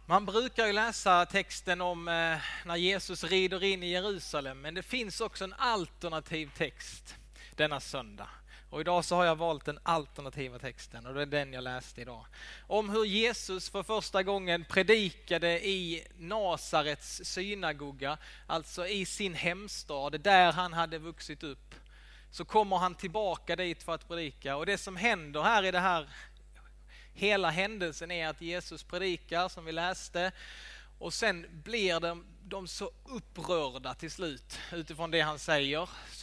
Man brukar ju läsa texten om när Jesus rider in i Jerusalem, men det finns också en alternativ text denna söndag. Och idag så har jag valt den alternativa texten och det är den jag läste idag. Om hur Jesus för första gången predikade i Nasarets synagoga, alltså i sin hemstad där han hade vuxit upp. Så kommer han tillbaka dit för att predika, och det som händer här i det här hela händelsen är att Jesus predikar som vi läste, och sen blir de så upprörda till slut utifrån det han säger, så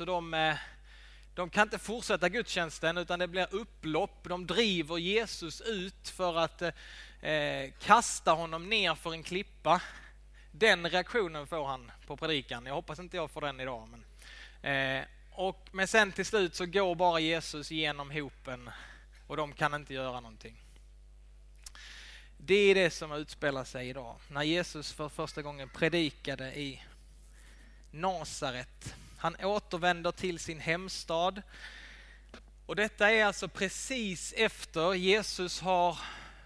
de kan inte fortsätta gudstjänsten utan det blir upplopp. De driver Jesus ut för att kasta honom ner för en klippa. Den reaktionen får han på predikan. Jag hoppas inte jag får den idag. Men sen till slut så går bara Jesus genom hopen och de kan inte göra någonting. Det är det som utspelar sig idag. När Jesus för första gången predikade i Nasaret. Han återvänder till sin hemstad. Och detta är alltså precis efter Jesus har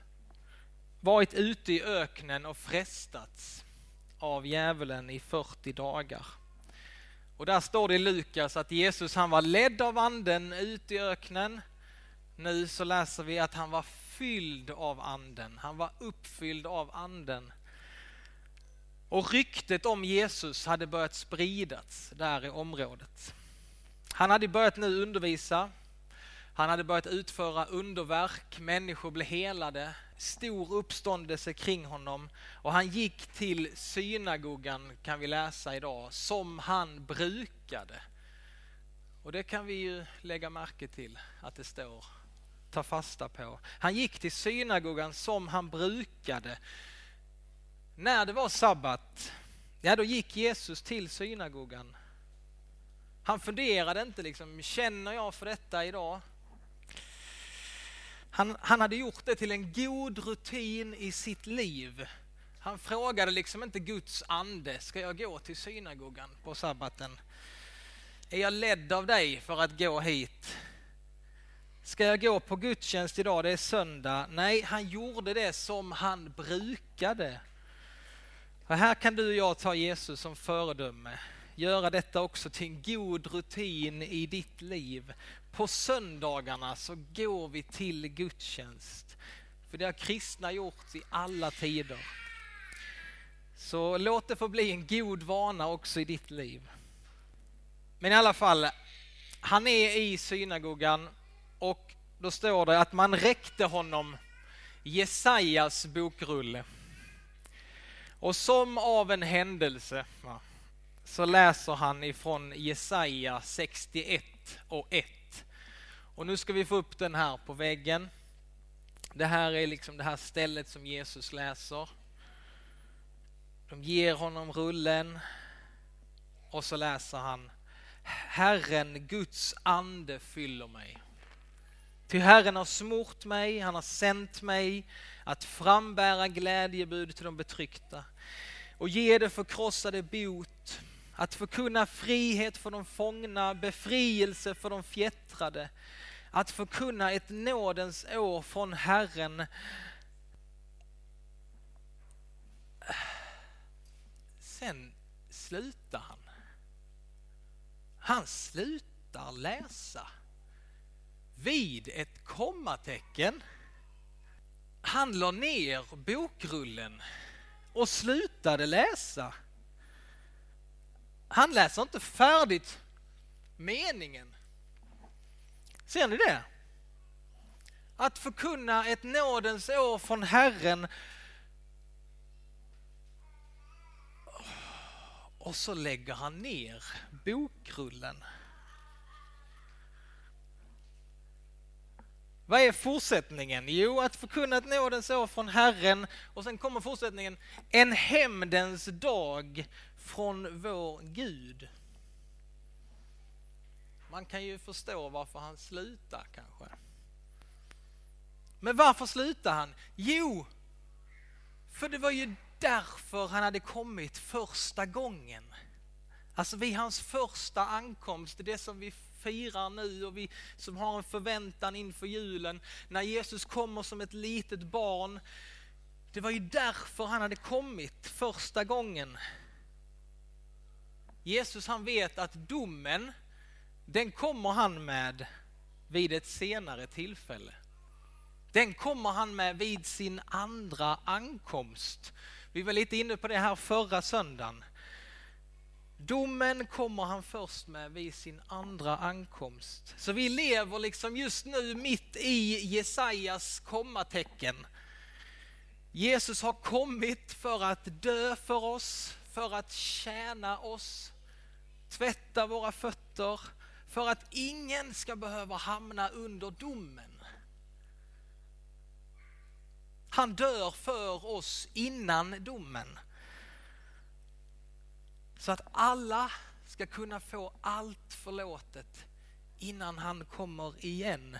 varit ute i öknen och frestats av djävulen i 40 dagar. Och där står det i Lukas att Jesus han var ledd av anden ut i öknen. Nu så läser vi att han var fylld av anden. Han var uppfylld av anden. Och ryktet om Jesus hade börjat spridas där i området. Han hade börjat nu undervisa. Han hade börjat utföra underverk. Människor blev helade. Stor uppståndelse kring honom. Och han gick till synagogan, kan vi läsa idag, som han brukade. Och det kan vi ju lägga märke till att det står. Ta fasta på. Han gick till synagogan som han brukade. När det var sabbat, ja då gick Jesus till synagogan. Han funderade inte liksom, känner jag för detta idag? Han hade gjort det till en god rutin i sitt liv. Han frågade liksom inte Guds ande, ska jag gå till synagogan på sabbaten? Är jag ledd av dig för att gå hit? Ska jag gå på gudstjänst idag, det är söndag? Nej, han gjorde det som han brukade. Och här kan du och jag ta Jesus som föredöme. Göra detta också till en god rutin i ditt liv. På söndagarna så går vi till gudstjänst. För det har kristna gjort i alla tider. Så låt det få bli en god vana också i ditt liv. Men i alla fall, han är i synagogan och då står det att man räckte honom Jesajas bokrulle. Och som av en händelse så läser han ifrån Jesaja 61 och 1. Och nu ska vi få upp den här på väggen. Det här är liksom det här stället som Jesus läser. De ger honom rullen och så läser han: Herren, Guds ande fyller mig. Ty Herren har smort mig, han har sänt mig att frambära glädjebud till de betryckta och ge det förkrossade bot, att förkunna frihet för de fångna, befrielse för de fjättrade, att förkunna ett nådens år från Herren. Sen slutar han. Han slutar läsa vid ett kommatecken. Han la ner bokrullen och slutade läsa. Han läser inte färdigt meningen. Ser ni det? Att förkunna ett nådens år från Herren. Och så lägger han ner bokrullen. Vad är fortsättningen? Jo, att förkunna ett nådens år från Herren. Och sen kommer fortsättningen: en hämndens dag från vår Gud. Man kan ju förstå varför han slutar kanske. Men varför slutar han? Jo, för det var ju därför han hade kommit första gången. Alltså vid hans första ankomst, det som vi firar nu och vi som har en förväntan inför julen. När Jesus kommer som ett litet barn Det var ju därför han hade kommit första gången. Jesus, han vet att domen, den kommer han med vid ett senare tillfälle. Den kommer han med vid sin andra ankomst. Vi var lite inne på det här förra söndagen. Domen kommer han först med vid sin andra ankomst. Så vi lever liksom just nu mitt i Jesajas kommatecken. Jesus har kommit för att dö för oss, för att tjäna oss, tvätta våra fötter, för att ingen ska behöva hamna under domen. Han dör för oss innan domen. Så att alla ska kunna få allt förlåtet innan han kommer igen.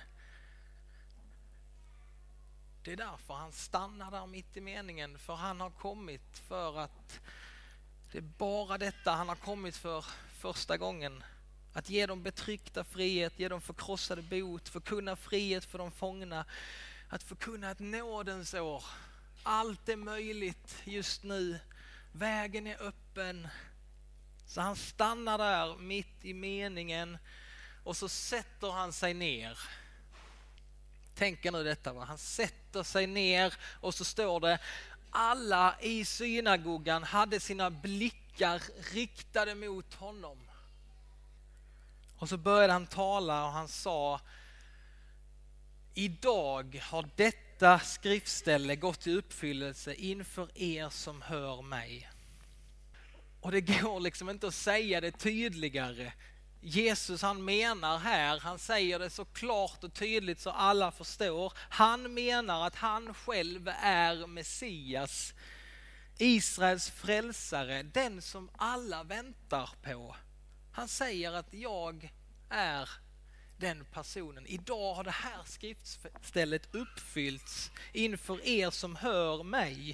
Det är därför han stannar där mitt i meningen. För han har kommit för att det är bara detta han har kommit för första gången. Att ge dem betryckta frihet, ge dem förkrossade bot, förkunna frihet för de fångna. Att förkunna ett nådens år. Allt är möjligt just nu. Vägen är öppen. Så han stannar där mitt i meningen och så sätter han sig ner. Tänk nu detta, va? Han sätter sig ner och så står det: alla i synagogan hade sina blickar riktade mot honom. Och så började han tala och han sa: idag har detta skriftställe gått i uppfyllelse inför er som hör mig. Och det går liksom inte att säga det tydligare. Jesus, han menar här, han säger det så klart och tydligt så alla förstår. Han menar att han själv är Messias, Israels frälsare, den som alla väntar på. Han säger att jag är den personen. Idag har det här skriftstället uppfyllts inför er som hör mig.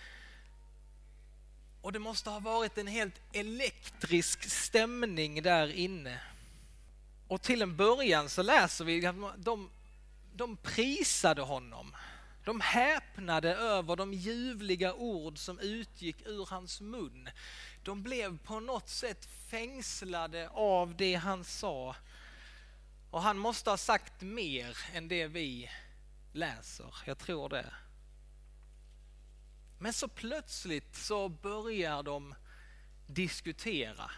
Och det måste ha varit en helt elektrisk stämning där inne. Och till en början så läser vi att de prisade honom. De häpnade över de ljuvliga ord som utgick ur hans mun. De blev på något sätt fängslade av det han sa. Och han måste ha sagt mer än det vi läser. Jag tror det. Men så plötsligt så börjar de diskutera.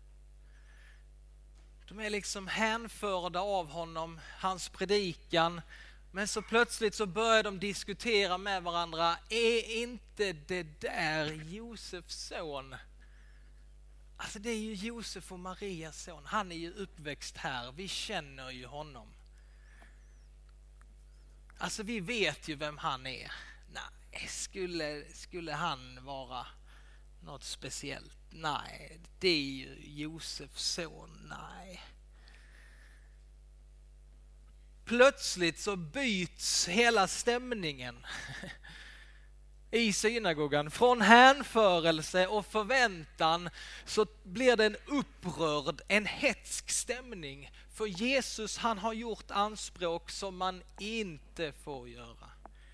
De är liksom hänförda av honom, hans predikan. Men så plötsligt så börjar de diskutera med varandra. Är inte det där Josefs son? Alltså det är ju Josef och Marias son. Han är ju uppväxt här. Vi känner ju honom. Alltså vi vet ju vem han är. Nej, skulle han vara något speciellt? Nej, det är ju Josefs son. Nej. Plötsligt så byts hela stämningen i synagogan. Från hänförelse och förväntan så blir det en upprörd, en hetsk stämning. För Jesus, han har gjort anspråk som man inte får göra.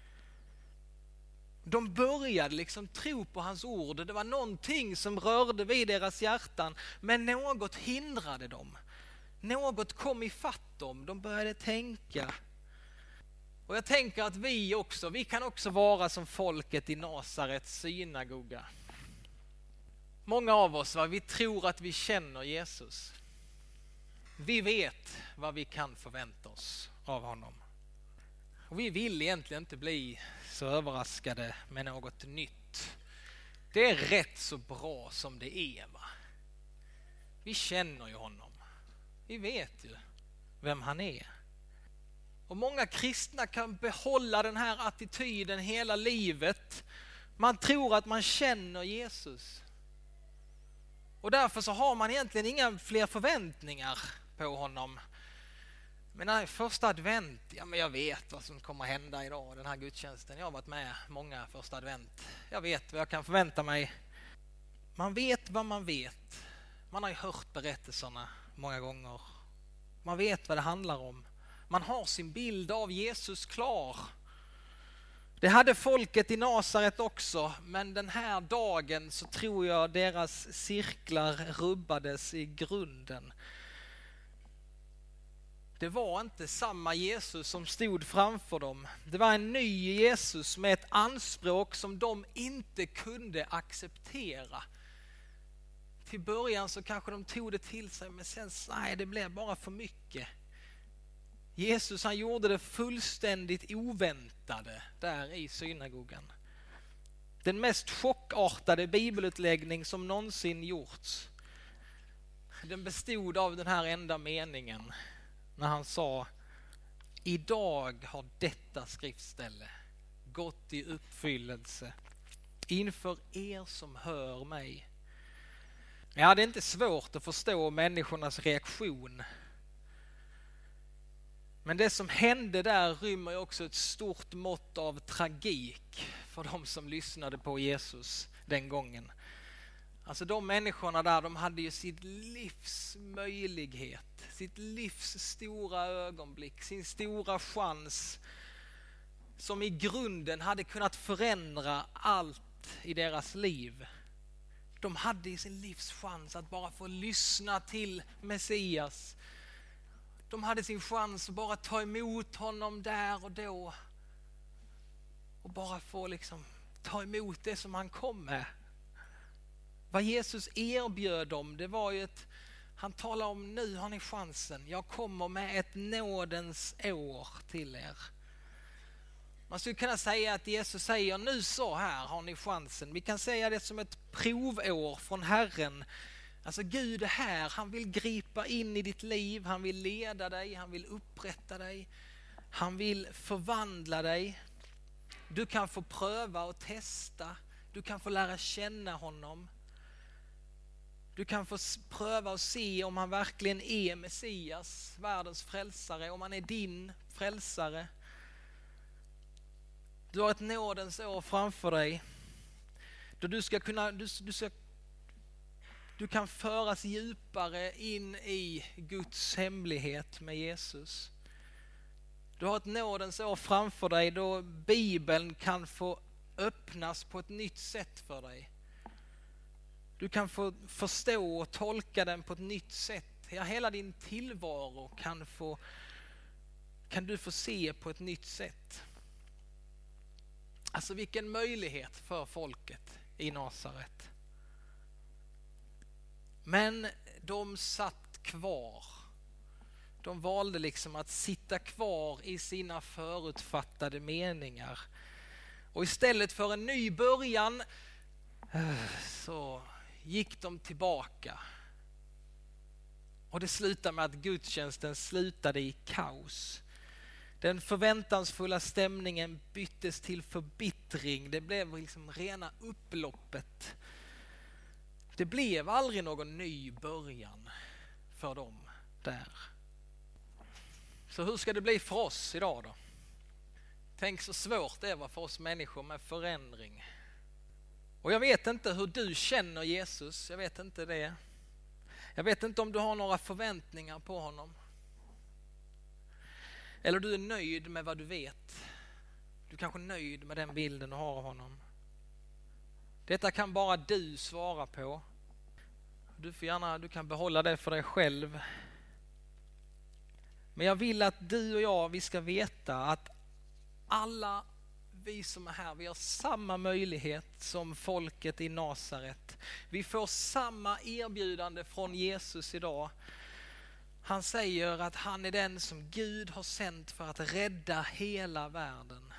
De började liksom tro på hans ord. Det var någonting som rörde vid deras hjärtan, men något hindrade dem. Något kom ifatt dem. De började tänka. Och jag tänker att vi kan också vara som folket i Nasarets synagoga. Många av oss, vi tror att vi känner Jesus. Vi vet vad vi kan förvänta oss av honom. Och vi vill egentligen inte bli så överraskade med något nytt. Det är rätt så bra som det är, va? Vi känner ju honom. Vi vet ju vem han är. Och många kristna kan behålla den här attityden hela livet. Man tror att man känner Jesus. Och därför så har man egentligen inga fler förväntningar på honom. Men första advent, men jag vet vad som kommer hända idag, den här gudstjänsten. Jag har varit med många första advent. Jag vet vad jag kan förvänta mig. Man vet vad man vet. Man har ju hört berättelserna många gånger. Man vet vad det handlar om. Man har sin bild av Jesus klar. Det hade folket i Nasaret också, men den här dagen så tror jag deras cirklar rubbades i grunden. Det var inte samma Jesus som stod framför dem. Det var en ny Jesus med ett anspråk som de inte kunde acceptera. Till början så kanske de tog det till sig, men sen nej, det blev bara för mycket. Jesus, han gjorde det fullständigt oväntade där i synagogan. Den mest chockartade bibelutläggning som någonsin gjorts. Den bestod av den här enda meningen när han sa: idag har detta skriftställe gått i uppfyllelse inför er som hör mig. Ja, det är inte svårt att förstå människornas reaktion. Men det som hände där rymmer ju också ett stort mått av tragik för de som lyssnade på Jesus den gången. Alltså de människorna där, de hade ju sitt livs möjlighet, sitt livs stora ögonblick, sin stora chans som i grunden hade kunnat förändra allt i deras liv. De hade i sin livs chans att bara få lyssna till Messias. De hade sin chans att bara ta emot honom där och då. Och bara få liksom ta emot det som han kom med. Vad Jesus erbjöd dem, det var ju han talar om: nu har ni chansen. Jag kommer med ett nådens år till er. Man skulle kunna säga att Jesus säger: nu så, här har ni chansen. Vi kan säga det som ett provår från Herren. Alltså Gud är här, han vill gripa in i ditt liv, han vill leda dig, han vill upprätta dig, han vill förvandla dig. Du kan få pröva och testa, du kan få lära känna honom. Du kan få pröva och se om han verkligen är Messias, världens frälsare, om han är din frälsare. Du har ett nådens år framför dig då du kan föras djupare in i Guds hemlighet med Jesus. Du har ett nådens år framför dig då Bibeln kan få öppnas på ett nytt sätt för dig. Du kan få förstå och tolka den på ett nytt sätt. Ja, hela din tillvaro kan du få se på ett nytt sätt. Alltså vilken möjlighet för folket i Nasaret. Men de satt kvar. De valde liksom att sitta kvar i sina förutfattade meningar. Och istället för en ny början så gick de tillbaka. Och det slutade med att gudstjänsten slutade i kaos. Den förväntansfulla stämningen byttes till förbittring. Det blev liksom rena upploppet. Det blev aldrig någon ny början för dem där. Så hur ska det bli för oss idag då? Tänk så svårt det var för oss människor med förändring. Och jag vet inte hur du känner Jesus, jag vet inte det. Jag vet inte om du har några förväntningar på honom. Eller du är nöjd med vad du vet. Du är kanske nöjd med den bilden du har av honom. Detta kan bara du svara på. Du kan behålla det för dig själv. Men jag vill att du och jag, vi ska veta att alla vi som är här, vi har samma möjlighet som folket i Nasaret. Vi får samma erbjudande från Jesus idag. Han säger att han är den som Gud har sänt för att rädda hela världen.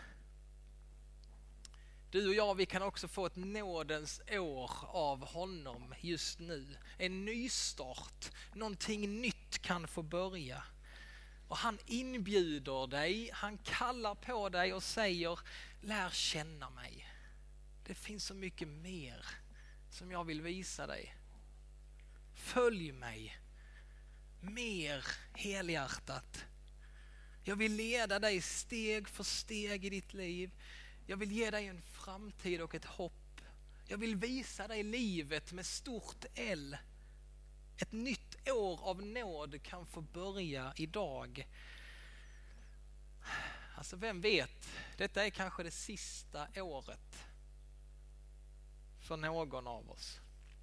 Du och jag, vi kan också få ett nådens år av honom just nu. En nystart, någonting nytt kan få börja. Och han inbjuder dig, han kallar på dig och säger: lär känna mig. Det finns så mycket mer som jag vill visa dig. Följ mig mer helhjärtat. Jag vill leda dig steg för steg i ditt liv. Jag vill ge dig en framtid och ett hopp. Jag vill visa dig livet med stort L. Ett nytt år av nåd kan få börja idag. Alltså vem vet, detta är kanske det sista året för någon av oss.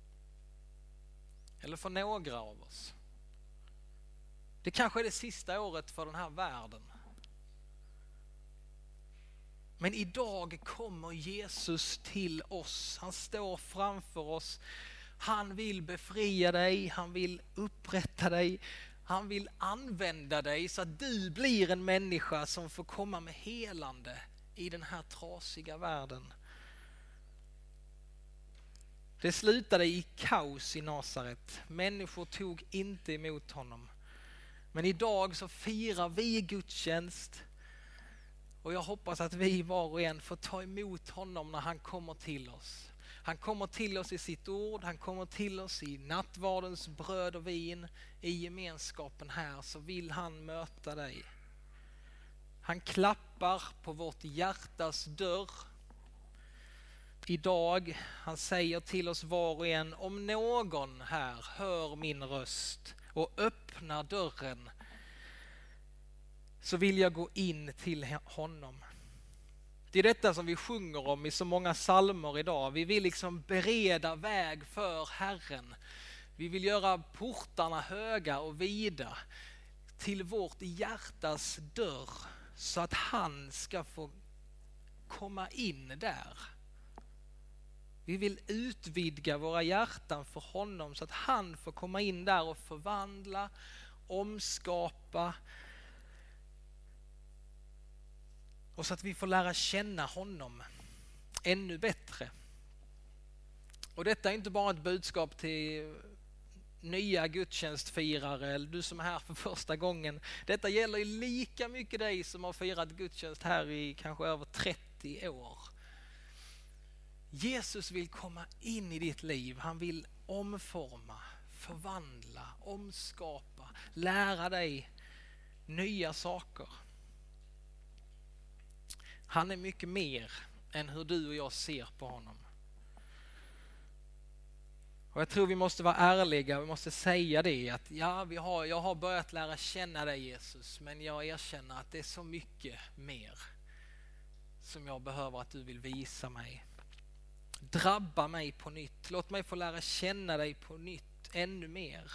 Eller för några av oss. Det kanske är det sista året för den här världen. Men idag kommer Jesus till oss. Han står framför oss. Han vill befria dig. Han vill upprätta dig. Han vill använda dig så att du blir en människa som får komma med helande i den här trasiga världen. Det slutade i kaos i Nasaret. Människor tog inte emot honom. Men idag så firar vi gudstjänst. Och jag hoppas att vi var och en får ta emot honom när han kommer till oss. Han kommer till oss i sitt ord, han kommer till oss i nattvardens bröd och vin, i gemenskapen här, så vill han möta dig. Han klappar på vårt hjärtas dörr. Idag, han säger till oss var och en, om någon här hör min röst och öppnar dörren, så vill jag gå in till honom. Det är detta som vi sjunger om i så många psalmer idag. Vi vill liksom bereda väg för Herren. Vi vill göra portarna höga och vida till vårt hjärtas dörr så att han ska få komma in där. Vi vill utvidga våra hjärtan för honom så att han får komma in där och förvandla, omskapa, och så att vi får lära känna honom ännu bättre. Och detta är inte bara ett budskap till nya gudstjänstfirare eller du som är här för första gången. Detta gäller ju lika mycket dig som har firat gudstjänst här i kanske över 30 år. Jesus vill komma in i ditt liv. Han vill omforma, förvandla, omskapa, lära dig nya saker. Han är mycket mer än hur du och jag ser på honom. Och jag tror vi måste vara ärliga, vi måste säga det att ja, jag har börjat lära känna dig Jesus, men jag erkänner att det är så mycket mer som jag behöver att du vill visa mig. Drabba mig på nytt, låt mig få lära känna dig på nytt ännu mer.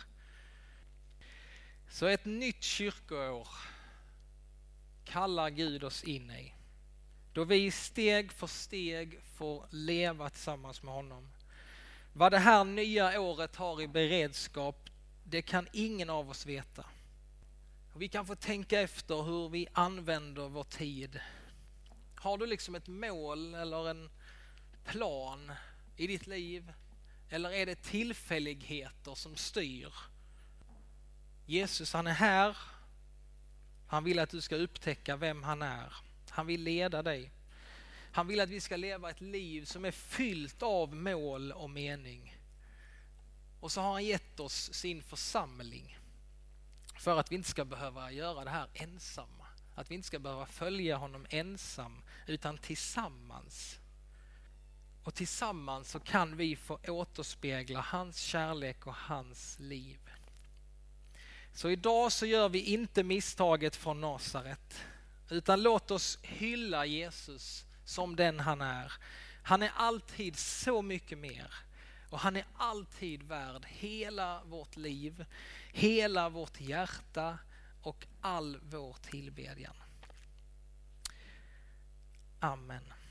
Så ett nytt kyrkoår kallar Gud oss in i. Då vi steg för steg får leva tillsammans med honom. Vad det här nya året har i beredskap, det kan ingen av oss veta. Och vi kan få tänka efter hur vi använder vår tid. Har du liksom ett mål eller en plan i ditt liv? Eller är det tillfälligheter som styr? Jesus, han är här. Han vill att du ska upptäcka vem han är. Han vill leda dig. Han vill att vi ska leva ett liv som är fyllt av mål och mening. Och så har han gett oss sin församling för att vi inte ska behöva göra det här ensamma. Att vi inte ska behöva följa honom ensam utan tillsammans. Och tillsammans så kan vi få återspegla hans kärlek och hans liv. Så idag så gör vi inte misstaget från Nasaret. Utan låt oss hylla Jesus som den han är. Han är alltid så mycket mer. Och han är alltid värd hela vårt liv, hela vårt hjärta och all vår tillbedjan. Amen.